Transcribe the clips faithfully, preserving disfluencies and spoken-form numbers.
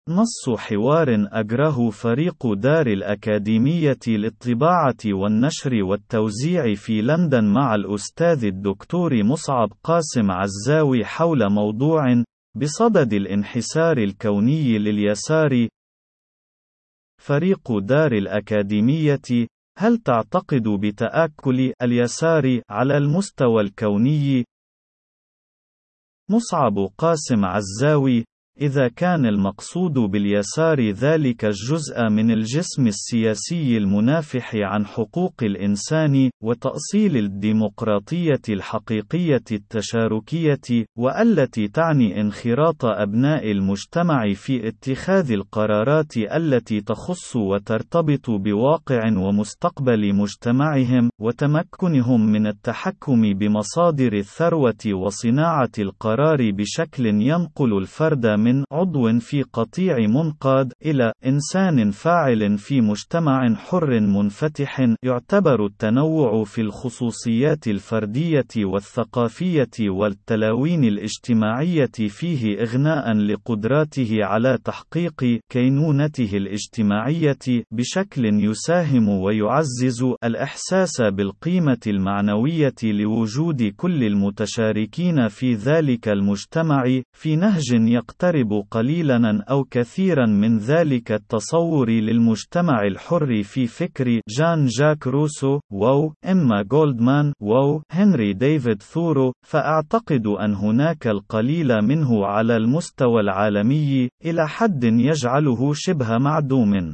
نص حوار أجره فريق دار الأكاديمية للطباعة والنشر والتوزيع في لندن مع الأستاذ الدكتور مصعب قاسم عزاوي حول موضوع بصدد الانحسار الكوني لليسار. فريق دار الأكاديمية: هل تعتقد بتآكل اليسار على المستوى الكوني؟ مصعب قاسم عزاوي: إذا كان المقصود باليسار ذلك الجزء من الجسم السياسي المنافح عن حقوق الإنسان وتأصيل الديمقراطية الحقيقية التشاركية، والتي تعني انخراط أبناء المجتمع في اتخاذ القرارات التي تخص وترتبط بواقع ومستقبل مجتمعهم، وتمكنهم من التحكم بمصادر الثروة وصناعة القرار بشكل ينقل الفرد من من عضو في قطيع منقاد إلى إنسان فاعل في مجتمع حر منفتح. يعتبر التنوع في الخصوصيات الفردية والثقافية والتلاوين الاجتماعية فيه إغناء لقدراته على تحقيق كينونته الاجتماعية بشكل يساهم ويعزز الإحساس بالقيمة المعنوية لوجود كل المتشاركين في ذلك المجتمع، في نهج يقترب قليلا أو كثيرا من ذلك التصور للمجتمع الحر في فكر جان جاك روسو واو إما جولدمان واو هنري ديفيد ثورو. فأعتقد أن هناك القليل منه على المستوى العالمي إلى حد يجعله شبه معدوم.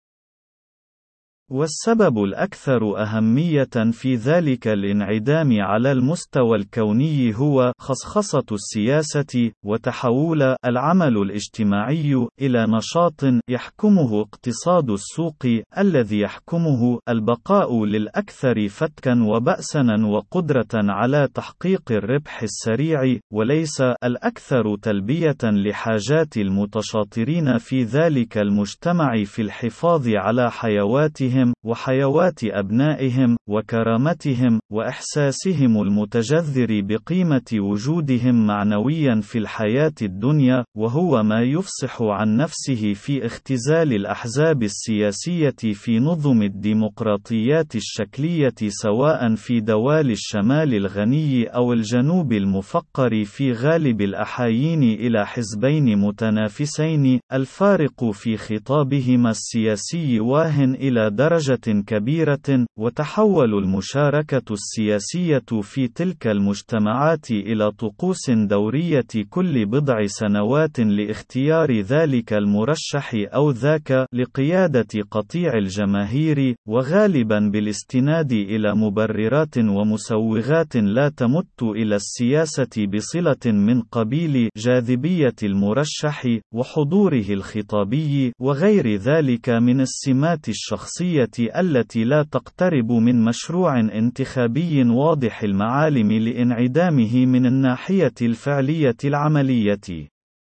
والسبب الأكثر أهمية في ذلك الانعدام على المستوى الكوني هو خصخصة السياسة وتحول العمل الاجتماعي إلى نشاط يحكمه اقتصاد السوق، الذي يحكمه البقاء للأكثر فتكا وبأسا وقدرة على تحقيق الربح السريع، وليس الأكثر تلبية لحاجات المتشاطرين في ذلك المجتمع في الحفاظ على حيواتهم وحيوات أبنائهم وكرامتهم وإحساسهم المتجذر بقيمة وجودهم معنويا في الحياة الدنيا، وهو ما يفصح عن نفسه في اختزال الأحزاب السياسية في نظم الديمقراطيات الشكلية سواء في دوال الشمال الغني أو الجنوب المفقر في غالب الأحايين إلى حزبين متنافسين، الفارق في خطابهما السياسي واه إلى درجة كبيرة، وتحول المشاركة السياسية في تلك المجتمعات إلى طقوس دورية كل بضع سنوات لاختيار ذلك المرشح أو ذاك لقيادة قطيع الجماهير، وغالبا بالاستناد إلى مبررات ومسوغات لا تمت إلى السياسة بصلة من قبيل جاذبية المرشح وحضوره الخطابي وغير ذلك من السمات الشخصية التي لا تقترب من مشروع انتخابي واضح المعالم لانعدامه من الناحية الفعلية العملية.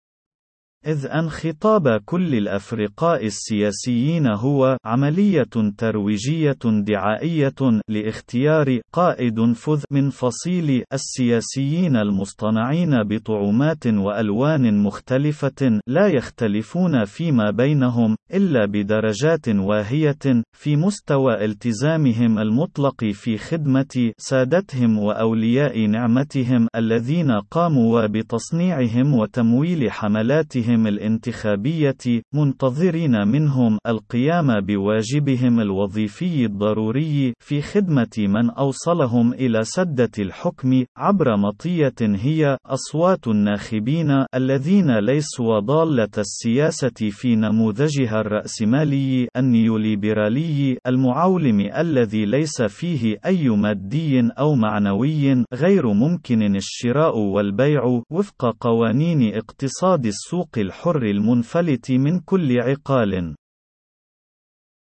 إذ أن خطاب كل الأفرقاء السياسيين هو عملية ترويجية دعائية لاختيار قائد فذ من فصيل السياسيين المصطنعين بطعومات وألوان مختلفة لا يختلفون فيما بينهم إلا بدرجات واهية في مستوى التزامهم المطلق في خدمة سادتهم وأولياء نعمتهم الذين قاموا بتصنيعهم وتمويل حملاتهم الانتخابية، منتظرين منهم القيام بواجبهم الوظيفي الضروري في خدمة من أوصلهم إلى سدة الحكم عبر مطية هي أصوات الناخبين الذين ليسوا ضالة السياسة في نموذجها الرأسمالي النيوليبرالي المعولم الذي ليس فيه أي مادي أو معنوي غير ممكن الشراء والبيع وفق قوانين اقتصاد السوق الحر المنفلت من كل عقال.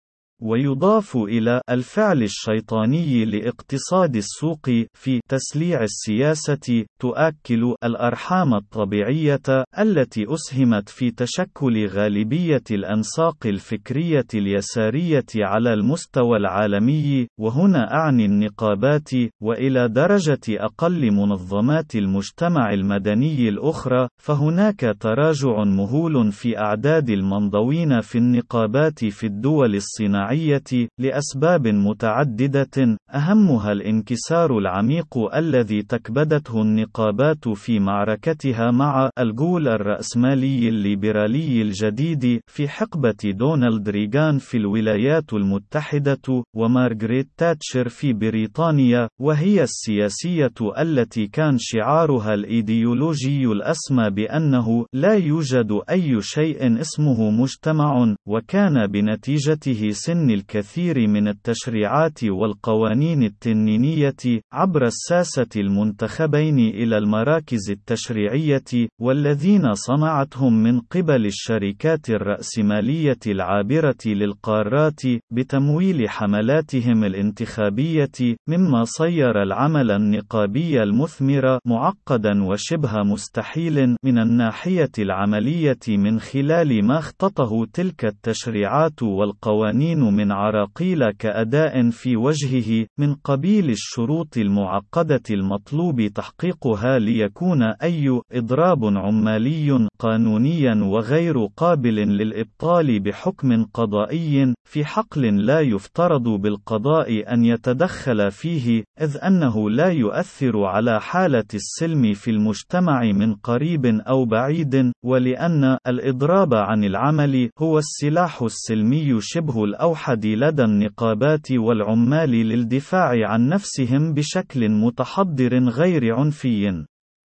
ويضاف إلى الفعل الشيطاني لاقتصاد السوق في تسليع السياسة، تؤكل الأرحام الطبيعية التي أسهمت في تشكل غالبية الأنساق الفكرية اليسارية على المستوى العالمي، وهنا أعني النقابات، وإلى درجة أقل منظمات المجتمع المدني الأخرى، فهناك تراجع مهول في أعداد المنضوين في النقابات في الدول الصناعية لأسباب متعددة، أهمها الانكسار العميق الذي تكبدته النقابات في معركتها مع الغول الرأسمالي الليبرالي الجديد في حقبة دونالد ريغان في الولايات المتحدة ومارغريت تاتشر في بريطانيا، وهي السياسية التي كان شعارها الإيديولوجي الأسمى بأنه لا يوجد أي شيء اسمه مجتمع، وكان بنتيجته سن الكثير من التشريعات والقوانين التنينية عبر الساسة المنتخبين إلى المراكز التشريعية، والذين صنعتهم من قبل الشركات الرأسمالية العابرة للقارات بتمويل حملاتهم الانتخابية، مما صير العمل النقابي المثمر معقدا وشبه مستحيل من الناحية العملية من خلال ما اختطه تلك التشريعات والقوانين من عراقيل كأداء في وجهه من قبيل الشروط المعقدة المطلوب تحقيقها ليكون أي إضراب عمالي قانونيا وغير قابل للإبطال بحكم قضائي في حقل لا يفترض بالقضاء أن يتدخل فيه، إذ أنه لا يؤثر على حالة السلم في المجتمع من قريب أو بعيد، ولأن الإضراب عن العمل هو السلاح السلمي شبه الأوحد لدى النقابات والعمال للدفاع عن نفسهم بشكل متحضر غير عنفي.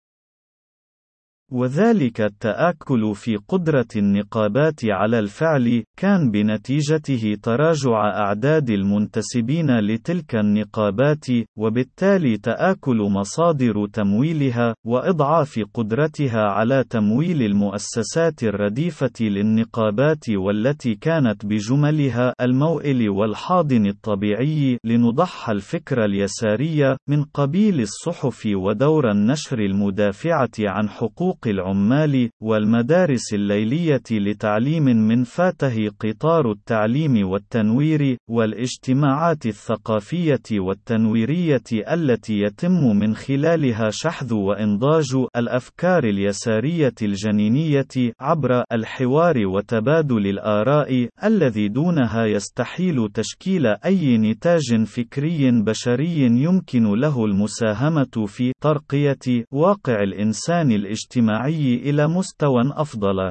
وذلك التآكل في قدرة النقابات على الفعل كان بنتيجته تراجع أعداد المنتسبين لتلك النقابات، وبالتالي تآكل مصادر تمويلها، وإضعاف قدرتها على تمويل المؤسسات الرديفة للنقابات والتي كانت بجملها الموئل والحاضن الطبيعي لنضح الفكر اليساري من قبيل الصحف ودور النشر المدافعة عن حقوق العمال، والمدارس الليلية لتعليم من فاته قطار التعليم والتنوير، والاجتماعات الثقافية والتنويرية التي يتم من خلالها شحذ وإنضاج الأفكار اليسارية الجنينية عبر الحوار وتبادل الآراء، الذي دونها يستحيل تشكيل أي نتاج فكري بشري يمكن له المساهمة في ترقية واقع الإنسان الاجتماعي إلى مستوى أفضل.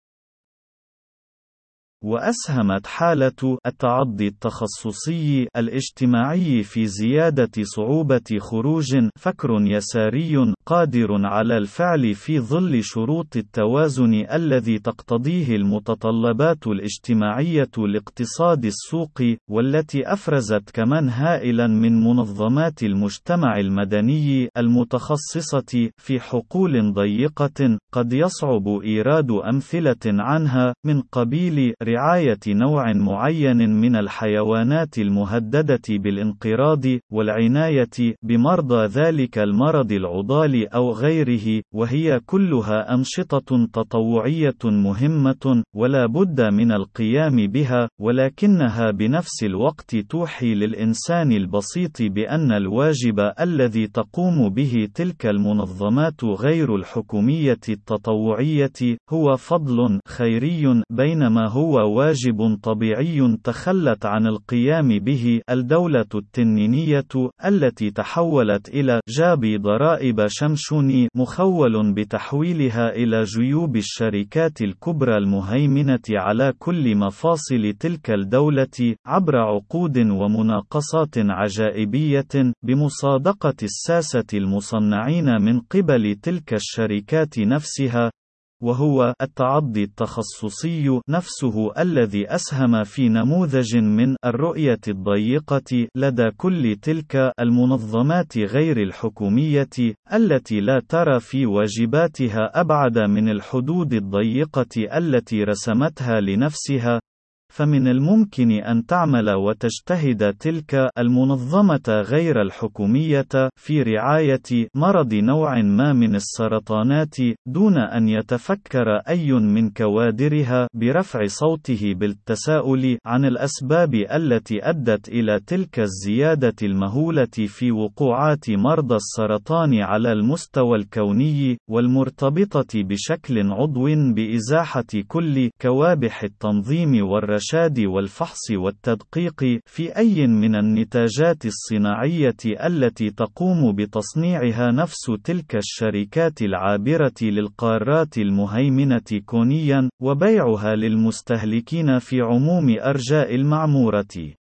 وأسهمت حالة التعضي التخصصي الاجتماعي في زيادة صعوبة خروج فكر يساري قادر على الفعل في ظل شروط التوازن الذي تقتضيه المتطلبات الاجتماعية لاقتصاد السوق، والتي أفرزت كمان هائلا من منظمات المجتمع المدني المتخصصة في حقول ضيقة قد يصعب إيراد أمثلة عنها، من قبيل رعاية نوع معين من الحيوانات المهددة بالانقراض، والعناية بمرضى ذلك المرض العضال أو غيره، وهي كلها أنشطة تطوعية مهمة ولا بد من القيام بها، ولكنها بنفس الوقت توحي للإنسان البسيط بأن الواجب الذي تقوم به تلك المنظمات غير الحكومية التطوعية هو فضل خيري، بينما هو واجب طبيعي تخلت عن القيام به الدولة التنينية التي تحولت إلى جاب ضرائب شمشون مخول بتحويلها إلى جيوب الشركات الكبرى المهيمنة على كل مفاصل تلك الدولة عبر عقود ومناقصات عجائبية بمصادقة الساسة المصنعين من قبل تلك الشركات نفسها، وهو التعضي التخصصي نفسه الذي أسهم في نموذج من الرؤية الضيقة لدى كل تلك المنظمات غير الحكومية التي لا ترى في واجباتها أبعد من الحدود الضيقة التي رسمتها لنفسها. فمن الممكن أن تعمل وتجتهد تلك المنظمة غير الحكومية في رعاية مرض نوع ما من السرطانات، دون أن يتفكر أي من كوادرها برفع صوته بالتساؤل عن الأسباب التي أدت إلى تلك الزيادة المهولة في وقوعات مرضى السرطان على المستوى الكوني، والمرتبطة بشكل عضو بإزاحة كل كوابح التنظيم والرشاد والفحص والتدقيق في أي من النتاجات الصناعية التي تقوم بتصنيعها نفس تلك الشركات العابرة للقارات المهيمنة كونيا، وبيعها للمستهلكين في عموم أرجاء المعمورة.